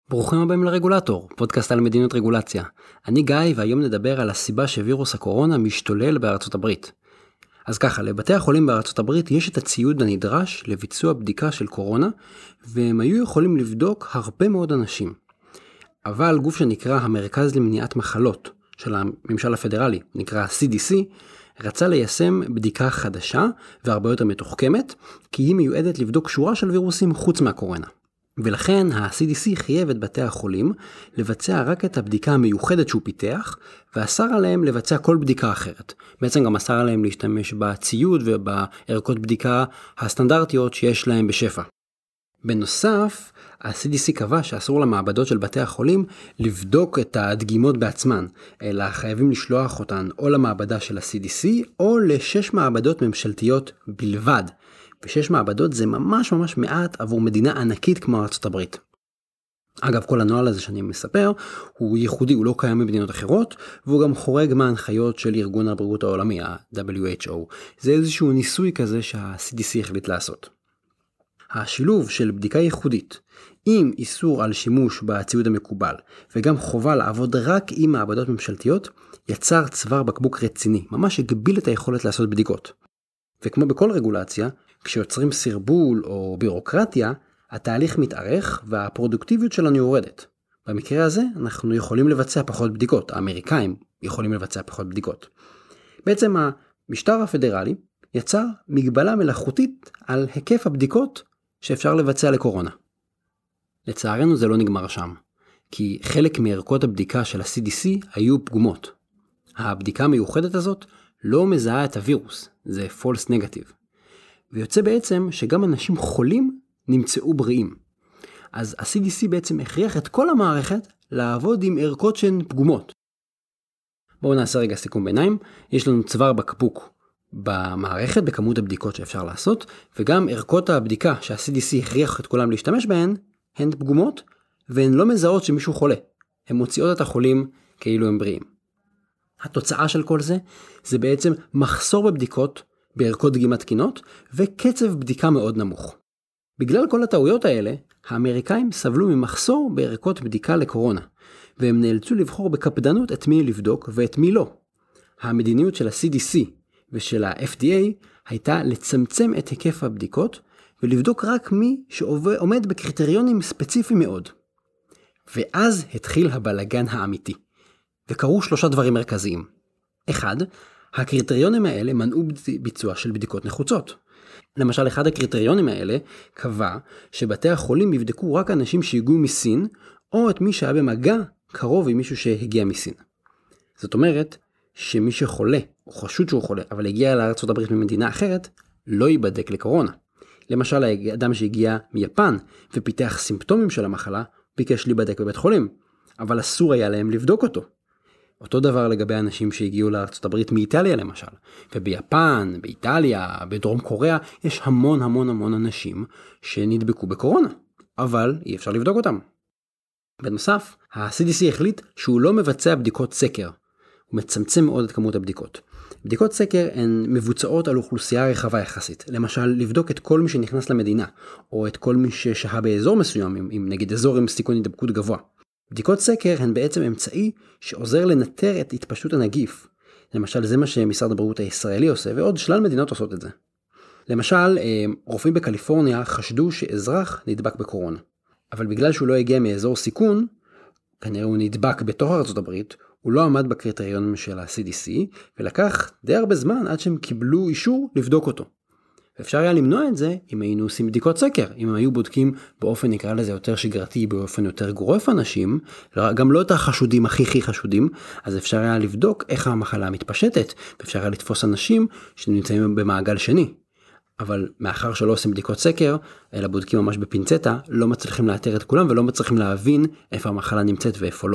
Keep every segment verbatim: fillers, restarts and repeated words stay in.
ברוכים הבאים לרגולטור, פודקאסט על מדיניות רגולציה. אני גיא, והיום נדבר על הסיבה שווירוס הקורונה משתולל בארצות הברית. אז ככה, לבתי החולים בארצות הברית יש את הציוד הנדרש לביצוע בדיקה של קורונה, והם היו יכולים לבדוק הרבה מאוד אנשים. אבל גוף שנקרא המרכז למניעת מחלות של הממשל הפדרלי, נקרא סי די סי, רצה ליישם בדיקה חדשה והרבה יותר מתוחכמת, כי היא מיועדת לבדוק שורה של וירוסים חוץ מהקורונה. ולכן ה-סי די סי חייב את בתי החולים לבצע רק את הבדיקה המיוחדת שהוא פיתח, ואסר עליהם לבצע כל בדיקה אחרת. בעצם גם אסר עליהם להשתמש בציוד ובערכות בדיקה הסטנדרטיות שיש להם בשפע. בנוסף, ה-סי די סי קבע שאסור למעבדות של בתי החולים לבדוק את הדגימות בעצמן, אלא חייבים לשלוח אותן או למעבדה של ה-סי די סי או לשש מעבדות ממשלתיות בלבד. ושש מעבדות זה ממש ממש מעט עבור מדינה ענקית כמו ארצות הברית. אגב, כל הנוהל הזה שאני מספר הוא ייחודי, הוא לא קיים במדינות אחרות, והוא גם חורג מההנחיות של ארגון הבריאות העולמי, ה-דאבליו אייץ' או. זה איזשהו ניסוי כזה שה-סי די סי החליט לעשות. השילוב של בדיקה ייחודית עם איסור על שימוש בציוד המקובל, וגם חובה לעבוד רק עם מעבדות ממשלתיות, יצר צוואר בקבוק רציני, ממש הגביל את היכולת לעשות בדיקות. וכמו בכל רגולציה, כשיוצרים סרבול או בירוקרטיה, התהליך מתארך והפרודוקטיביות שלנו יורדת. במקרה הזה אנחנו יכולים לבצע פחות בדיקות, האמריקאים יכולים לבצע פחות בדיקות. בעצם המשטר הפדרלי יצר מגבלה מלאכותית על היקף הבדיקות שאפשר לבצע לקורונה. לצערנו זה לא נגמר שם, כי חלק מערכות הבדיקה של ה-סי די סי היו פגומות. הבדיקה המיוחדת הזאת לא מזהה את הווירוס, זה false negative. ויוצא בעצם שגם אנשים חולים נמצאו בריאים. אז ה-סי די סי בעצם הכריח את כל המערכת לעבוד עם ערכות שהן פגומות. בואו נעשה רגע סיכום ביניים. יש לנו צוואר בקבוק במערכת בכמות הבדיקות שאפשר לעשות, וגם ערכות הבדיקה שה-סי די סי הכריח את כולם להשתמש בהן, הן פגומות, והן לא מזהות שמישהו חולה. הן מוציאות את החולים כאילו הם בריאים. התוצאה של כל זה, זה בעצם מחסור בבדיקות, בערכות דגימה תקינות, וקצב בדיקה מאוד נמוך. בגלל כל הטעויות האלה, האמריקאים סבלו ממחסור בערכות בדיקה לקורונה, והם נאלצו לבחור בקפדנות את מי לבדוק ואת מי לא. המדיניות של ה-סי די סי ושל ה-אף די איי הייתה לצמצם את היקף הבדיקות, ולבדוק רק מי שעומד בקריטריונים ספציפיים מאוד. ואז התחיל הבלגן האמיתי. וקרו שלושה דברים מרכזיים. אחד, הקריטריונים האלה מנעו ביצוע של בדיקות נחוצות. למשל, אחד הקריטריונים האלה קבע שבתי החולים יבדקו רק אנשים שהגיעו מסין, או את מי שהיה במגע קרוב עם מישהו שהגיע מסין. זאת אומרת, שמי שחולה, או חשוד שהוא חולה, אבל הגיע לארצות הברית ממדינה אחרת, לא ייבדק לקורונה. למשל, האדם שהגיע מיפן ופיתח סימפטומים של המחלה, ביקש להיבדק בבית חולים, אבל אסור היה להם לבדוק אותו. אותו דבר לגבי אנשים שהגיעו לארצות הברית מאיטליה למשל. וביפן, באיטליה, בדרום קוריאה, יש המון המון המון אנשים שנדבקו בקורונה, אבל אי אפשר לבדוק אותם. בנוסף, ה-סי די סי החליט שהוא לא מבצע בדיקות סקר. הוא מצמצם מאוד את כמות הבדיקות. בדיקות סקר הן מבוצעות על אוכלוסייה רחבה יחסית. למשל, לבדוק את כל מי שנכנס למדינה, או את כל מי ששהה באזור מסוים, עם, עם נגיד אזור עם סיכון הידבקות גבוה. בדיקות סקר הן בעצם אמצעי שעוזר לנטר את התפשטות הנגיף. למשל, זה מה שמשרד הבריאות הישראלי עושה, ועוד שלל מדינות עושות את זה. למשל, רופאים בקליפורניה חשדו שאזרח נדבק בקורונה. אבל בגלל שהוא לא הגיע מאזור סיכון, כנראה הוא נדבק בתוך ארצות הברית, הוא לא עמד בקריטריונים של ה-סי די סי, ולקח די הרבה זמן עד שהם קיבלו אישור לבדוק אותו. ואפשר היה למנוע את זה אם היינו עושים בדיקות סקר, אם הם היו בודקים באופן נקרא לזה יותר שגרתי, באופן יותר גורף אנשים, גם לא את החשודים הכי הכי חשודים, אז אפשר היה לבדוק איך המחלה מתפשטת, ואפשר היה לתפוס אנשים שנמצאים במעגל שני. אבל מאחר שלא עושים בדיקות סקר, אלא בודקים ממש בפינצטה, לא מצליחים לאתר את כולם ולא מצליחים להבין איפה המחלה נמצאת ואיפה לא.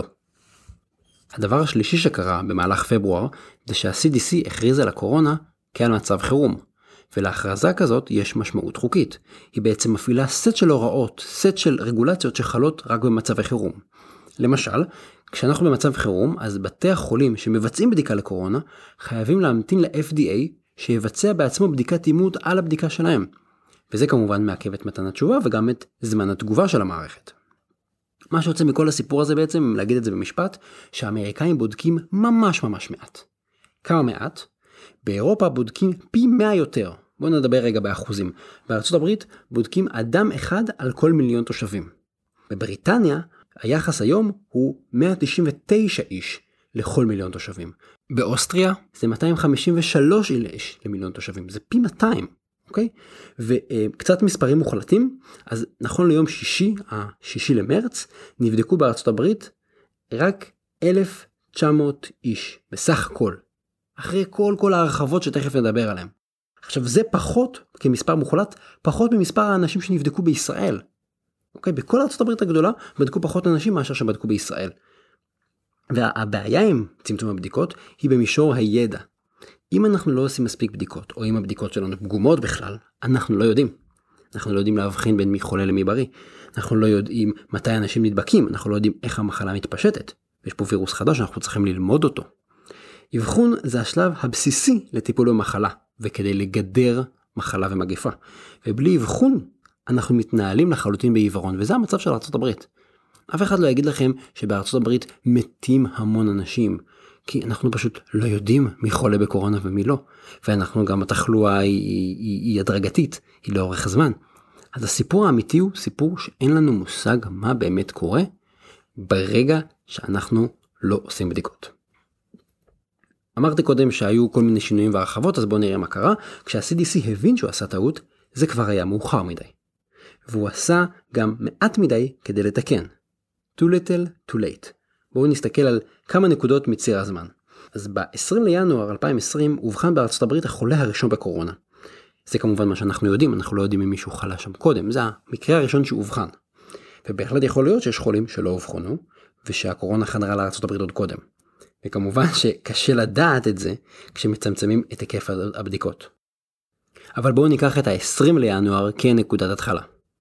הדבר השלישי שקרה במהלך פברואר, זה שה-סי די סי הכריז על הקורונה כעל מצב חירום. ולהכרזה כזאת יש משמעות חוקית. היא בעצם מפעילה סט של הוראות, סט של רגולציות שחלות רק במצבי חירום. למשל, כשאנחנו במצב חירום, אז בתי החולים שמבצעים בדיקה לקורונה, חייבים להמתין ל-אף די איי שיבצע בעצמו בדיקת אימות על הבדיקה שלהם. וזה כמובן מעכב את מתן התשובה וגם את זמן התגובה של המערכת. מה שיוצא מכל הסיפור הזה בעצם, להגיד את זה במשפט, שהאמריקאים בודקים ממש ממש מעט. כמה מעט? באירופה בודקים פי מאה יותר. בואו נדבר רגע באחוזים. בארצות הברית בודקים אדם אחד על כל מיליון תושבים. בבריטניה היחס היום הוא מאה תשעים ותשע איש לכל מיליון תושבים. באוסטריה זה מאתיים חמישים ושלושה איש למיליון תושבים. זה פי מאתיים. אוקיי? וקצת מספרים מוחלטים, אז נכון ליום שישי, השישי למרץ, נבדקו בארצות הברית רק אלף תשע מאות איש, בסך הכל. אחרי כל כל ההרחבות שתכף נדבר עליהם. עכשיו זה פחות, כמספר מוחלט, פחות ממספר האנשים שנבדקו בישראל. אוקיי? בכל ארצות הברית הגדולה, בדקו פחות אנשים מאשר שבדקו בישראל. והבעיה עם צמצום הבדיקות, היא במישור הידע. אם אנחנו לא עושים מספיק בדיקות, או אם הבדיקות שלנו פגומות בכלל, אנחנו לא יודעים. אנחנו לא יודעים להבחין בין מי חולה למי בריא. אנחנו לא יודעים מתי אנשים נדבקים, אנחנו לא יודעים איך המחלה מתפשטת. יש פה וירוס חדש, אנחנו צריכים ללמוד אותו. אבחון זה השלב הבסיסי לטיפול במחלה, וכדי לגדר מחלה ומגפה. ובלי אבחון, אנחנו מתנהלים לחלוטין בעיוורון, וזה המצב של ארצות הברית. אף אחד לא יגיד לכם שבארצות הברית מתים המון אנשים, כי אנחנו פשוט לא יודעים מי חולה בקורונה ומי לא. ואנחנו גם התחלואה היא, היא, היא הדרגתית, היא לאורך הזמן. אז הסיפור האמיתי הוא סיפור שאין לנו מושג מה באמת קורה ברגע שאנחנו לא עושים בדיקות. אמרתי קודם שהיו כל מיני שינויים והרחבות, אז בואו נראה מה קרה. כשה-סי די סי הבין שהוא עשה טעות, זה כבר היה מאוחר מדי. והוא עשה גם מעט מדי כדי לתקן. Too little, too late. בואו נסתכל על כמה נקודות מציר הזמן. אז ב-עשרים לינואר אלפיים ועשרים הובחן בארצות הברית החולה הראשון בקורונה. זה כמובן מה שאנחנו יודעים, אנחנו לא יודעים אם מישהו חלה שם קודם, זה המקרה הראשון שהובחן. ובהחלט יכול להיות שיש חולים שלא הובחנו, ושהקורונה חדרה לארצות הברית עוד קודם. וכמובן שקשה לדעת את זה כשמצמצמים את היקף הבדיקות. אבל בואו ניקח את ה-עשרים לינואר כנקודת התחלה.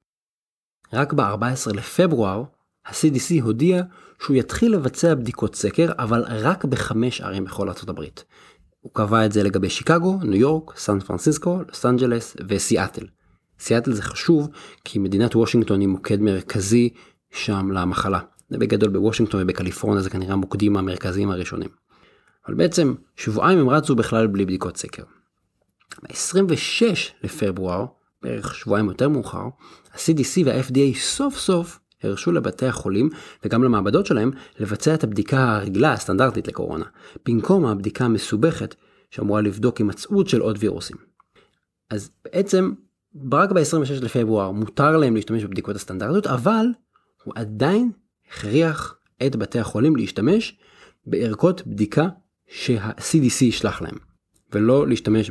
רק ב-ארבעה עשר לפברואר ה-סי די סי הודיע שהוא יתחיל לבצע בדיקות סקר, אבל רק בחמש ערים בכל ארצות הברית. הוא קבע את זה לגבי שיקגו, ניו יורק, סן פרנסיסקו, לוס אנג'לס וסיאטל. סיאטל זה חשוב כי מדינת וושינגטון היא מוקד מרכזי שם למחלה. בגדול בוושינגטון ובקליפורניה זה כנראה המוקדים המרכזיים הראשונים. אבל בעצם שבועיים הם רצו בכלל בלי בדיקות סקר. ב-עשרים ושש לפברואר, בערך שבועיים יותר מאוחר, ה-סי די סי וה-אף די איי סוף סוף הרשו לבתי החולים וגם למעבדות שלהם לבצע את הבדיקה הרגילה הסטנדרטית לקורונה, במקום הבדיקה המסובכת שאמורה לבדוק הימצאות של עוד וירוסים. אז בעצם רק ב-עשרים ושש לפברואר מותר להם להשתמש בבדיקות הסטנדרטיות, אבל הוא עדיין הכריח את בתי החולים להשתמש בערכות בדיקה שה-סי די סי ישלח להם, ולא להשתמש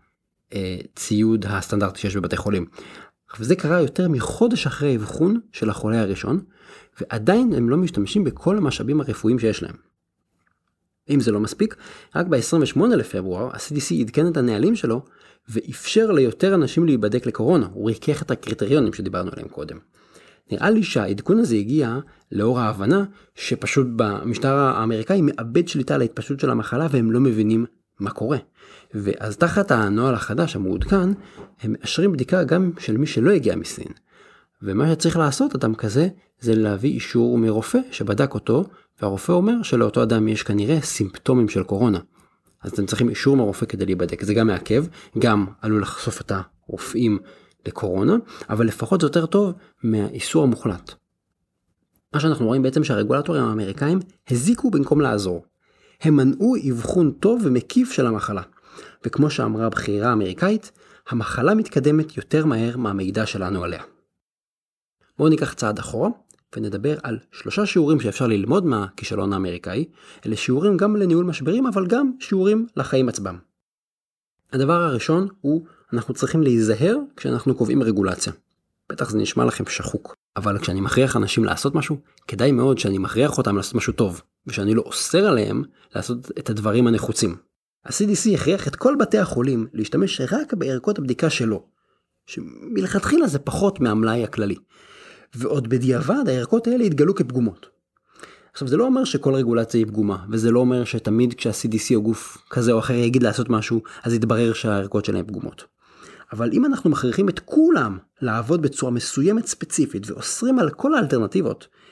בציוד הסטנדרטי שיש בבתי חולים. וזה קרה יותר מחודש אחרי האבחון של החולה הראשון, ועדיין הם לא משתמשים בכל המשאבים הרפואיים שיש להם. אם זה לא מספיק, רק ב-עשרים ושמונה לפברואר ה-סי די סי עדכן את הנהלים שלו, ואפשר ליותר אנשים להיבדק לקורונה. הוא ריכך את הקריטריונים שדיברנו עליהם קודם. נראה לי שהעדכון הזה הגיע לאור ההבנה שפשוט במשטר האמריקאי מאבד שליטה על ההתפשטות של המחלה והם לא מבינים מה קורה. ואז תחת הנוהל החדש המעודכן, הם מאשרים בדיקה גם של מי שלא הגיע מסין. ומה שצריך לעשות אדם כזה, זה להביא אישור מרופא שבדק אותו, והרופא אומר שלאותו אדם יש כנראה סימפטומים של קורונה. אז אתם צריכים אישור מרופא כדי להיבדק. זה גם מעכב, גם עלול לחשוף את הרופאים לקורונה, אבל לפחות זה יותר טוב מהאיסור המוחלט. מה שאנחנו רואים בעצם שהרגולטורים האמריקאים הזיקו במקום לעזור. הם מנעו אבחון טוב ומקיף של המחלה. וכמו שאמרה הבחירה האמריקאית, המחלה מתקדמת יותר מהר מהמידע שלנו עליה. בואו ניקח צעד אחורה ונדבר על שלושה שיעורים שאפשר ללמוד מהכישלון האמריקאי. אלה שיעורים גם לניהול משברים, אבל גם שיעורים לחיים עצמם. הדבר הראשון הוא, אנחנו צריכים להיזהר כשאנחנו קובעים רגולציה. בטח זה נשמע לכם שחוק. אבל כשאני מכריח אנשים לעשות משהו, כדאי מאוד שאני מכריח אותם לעשות משהו טוב, ושאני לא אוסר עליהם לעשות את הדברים הנחוצים. ה-סי די סי הכריח את כל בתי החולים להשתמש רק בערכות הבדיקה שלו, שמלכתחילה זה פחות מהמלאי הכללי. ועוד בדיעבד הערכות האלה התגלו כפגומות. עכשיו זה לא אומר שכל רגולציה היא פגומה, וזה לא אומר שתמיד כשה-סי די סי או גוף כזה או אחר יגיד לעשות משהו, אז יתברר שהערכות שלהם פגומות. אבל אם אנחנו מכריחים את כולם לעבוד בצורה מסוימת ספציפית, ואוסרים על כל האלטרנטיבות,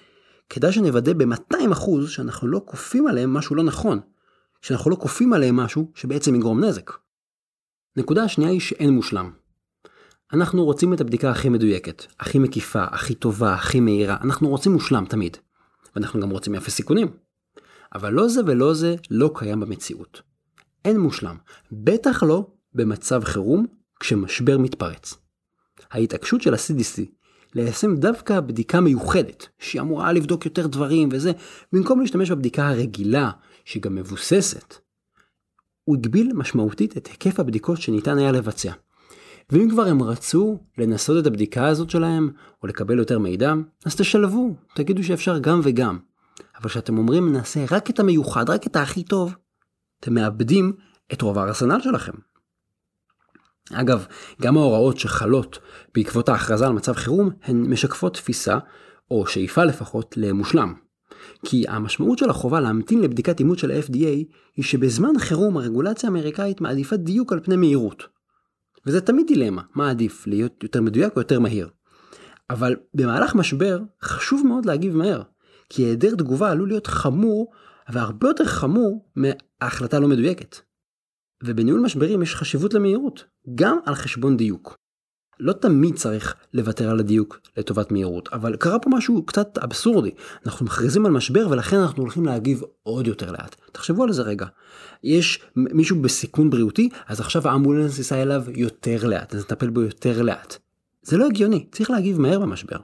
כדאי שנוודא ב-מאתיים אחוז שאנחנו לא כופים עליהם משהו לא נכון, שאנחנו לא כופים עליהם משהו שבעצם יגרום נזק. נקודה השנייה היא שאין מושלם. אנחנו רוצים את הבדיקה הכי מדויקת, הכי מקיפה, הכי טובה, הכי מהירה. אנחנו רוצים מושלם תמיד. ואנחנו גם רוצים אפס סיכונים. אבל לא זה ולא זה לא קיים במציאות. אין מושלם. בטח לא במצב חירום כשמשבר מתפרץ. ההתעקשות של ה-סי די סי ליישם דווקא בדיקה מיוחדת, שהיא אמורה לבדוק יותר דברים וזה, במקום להשתמש בבדיקה הרגילה, שהיא גם מבוססת, הוא הגביל משמעותית את היקף הבדיקות שניתן היה לבצע. ואם כבר הם רצו לנסות את הבדיקה הזאת שלהם, או לקבל יותר מידע, אז תשלבו, תגידו שאפשר גם וגם. אבל כשאתם אומרים נעשה רק את המיוחד, רק את הכי טוב, אתם מאבדים את רוב הארסנל שלכם. אגב, גם ההוראות שחלות בעקבות ההכרזה על מצב חירום, הן משקפות תפיסה, או שאיפה לפחות, למושלם. כי המשמעות של החובה להמתין לבדיקת אימות של ה-אף די איי, היא שבזמן חירום הרגולציה האמריקאית מעדיפה דיוק על פני מהירות. וזה תמיד דילמה, מה עדיף, להיות יותר מדויק או יותר מהיר. אבל במהלך משבר חשוב מאוד להגיב מהר, כי היעדר תגובה עלול להיות חמור, והרבה יותר חמור מההחלטה לא מדויקת. ובניהול משברים יש חשיבות למהירות, גם על חשבון דיוק. לא תמיד צריך לוותר על הדיוק לטובת מהירות, אבל קרה פה משהו קצת אבסורדי. אנחנו מכריזים על משבר ולכן אנחנו הולכים להגיב עוד יותר לאט. תחשבו על זה רגע. יש מישהו בסיכון בריאותי, אז עכשיו האמבולנס ייסע אליו יותר לאט, אז נטפל בו יותר לאט. זה לא הגיוני, צריך להגיב מהר במשבר.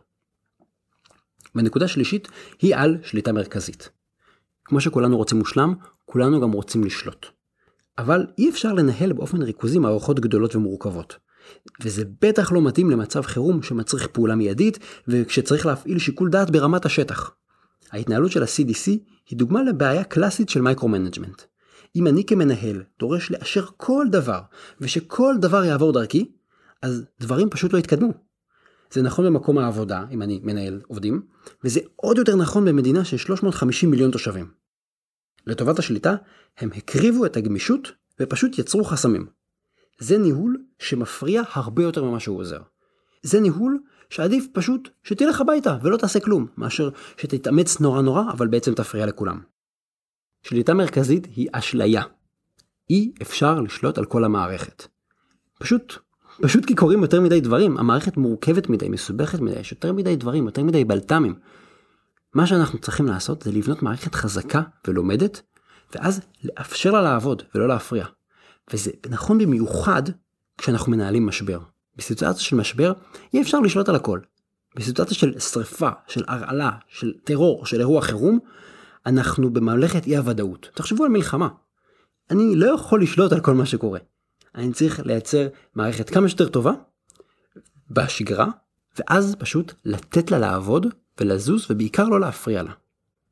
ונקודה שלישית היא על שליטה מרכזית. כמו שכולנו רוצים מושלם, כולנו גם רוצים לשלוט. אבל אי אפשר לנהל באופן ריכוזי מערכות גדולות ומורכבות. וזה בטח לא מתאים למצב חירום שמצריך פעולה מיידית, וכשצריך להפעיל שיקול דעת ברמת השטח. ההתנהלות של ה-סי די סי היא דוגמה לבעיה קלאסית של מייקרו-מנג'מנט. אם אני כמנהל דורש לאשר כל דבר, ושכל דבר יעבור דרכי, אז דברים פשוט לא יתקדמו. זה נכון במקום העבודה, אם אני מנהל עובדים, וזה עוד יותר נכון במדינה של שלוש מאות וחמישים מיליון תושבים. לטובת השליטה, הם הקריבו את הגמישות ופשוט יצרו חסמים. זה ניהול שמפריע הרבה יותר ממה שהוא עוזר. זה ניהול שעדיף פשוט שתלך הביתה ולא תעשה כלום, מאשר שתתאמץ נורא נורא, אבל בעצם תפריע לכולם. שליטה מרכזית היא אשליה. אי אפשר לשלוט על כל המערכת. פשוט, פשוט כי קורים יותר מדי דברים, המערכת מורכבת מדי, מסובכת מדי, יש יותר מדי דברים, יותר מדי בלתמים. מה שאנחנו צריכים לעשות זה לבנות מערכת חזקה ולומדת, ואז לאפשר לה לעבוד ולא להפריע. וזה נכון במיוחד כשאנחנו מנהלים משבר. בסיטואציה של משבר אי אפשר לשלוט על הכל. בסיטואציה של שריפה, של הרעלה, של טרור, של אירוע חירום, אנחנו בממלכת אי הוודאות. תחשבו על מלחמה. אני לא יכול לשלוט על כל מה שקורה. אני צריך לייצר מערכת כמה שיותר טובה בשגרה, ואז פשוט לתת לה לעבוד ולזוז, ובעיקר לא להפריע לה.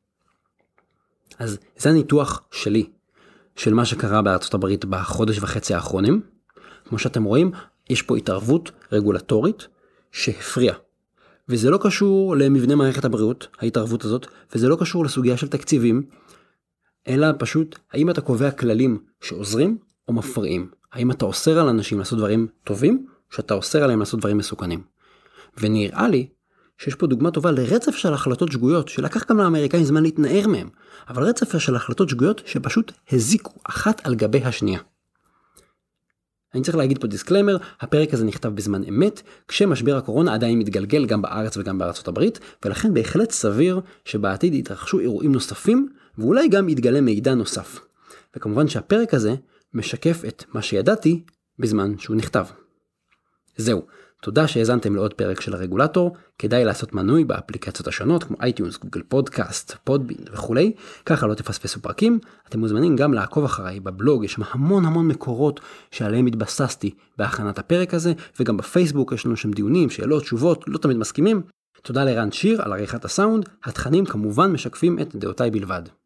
אז זה הניתוח שלי, של מה שקרה בארצות הברית בחודש וחצי האחרונים. כמו שאתם רואים, יש פה התערבות רגולטורית שהפריעה. וזה לא קשור למבנה מערכת הבריאות, ההתערבות הזאת, וזה לא קשור לסוגיה של תקציבים, אלא פשוט, האם אתה קובע כללים שעוזרים או מפריעים? האם אתה אוסר על אנשים לעשות דברים טובים, או שאתה אוסר עליהם לעשות דברים מסוכנים? ונראה לי שיש פה דוגמה טובה לרצף של החלטות שגויות, שלקח גם לאמריקאים זמן להתנער מהם, אבל רצף של החלטות שגויות שפשוט הזיקו אחת על גבי השנייה. אני צריך להגיד פה דיסקליימר, הפרק הזה נכתב בזמן אמת, כשמשבר הקורונה עדיין מתגלגל גם בארץ וגם בארצות הברית, ולכן בהחלט סביר שבעתיד יתרחשו אירועים נוספים, ואולי גם יתגלה מידע נוסף. וכמובן שהפרק הזה משקף את מה שידעתי בזמן שהוא נכתב. זהו. תודה שהאזנתם לעוד פרק של הרגולטור, כדאי לעשות מנוי באפליקציות השונות כמו אייטיונס, גוגל פודקאסט, פודבין וכולי, ככה לא תפספסו פרקים. אתם מוזמנים גם לעקוב אחריי בבלוג, יש המון המון מקורות שעליהם התבססתי בהכנת הפרק הזה, וגם בפייסבוק יש לנו שם דיונים, שאלות, תשובות, לא תמיד מסכימים. תודה לרן שיר על עריכת הסאונד, התכנים כמובן משקפים את דעותיי בלבד.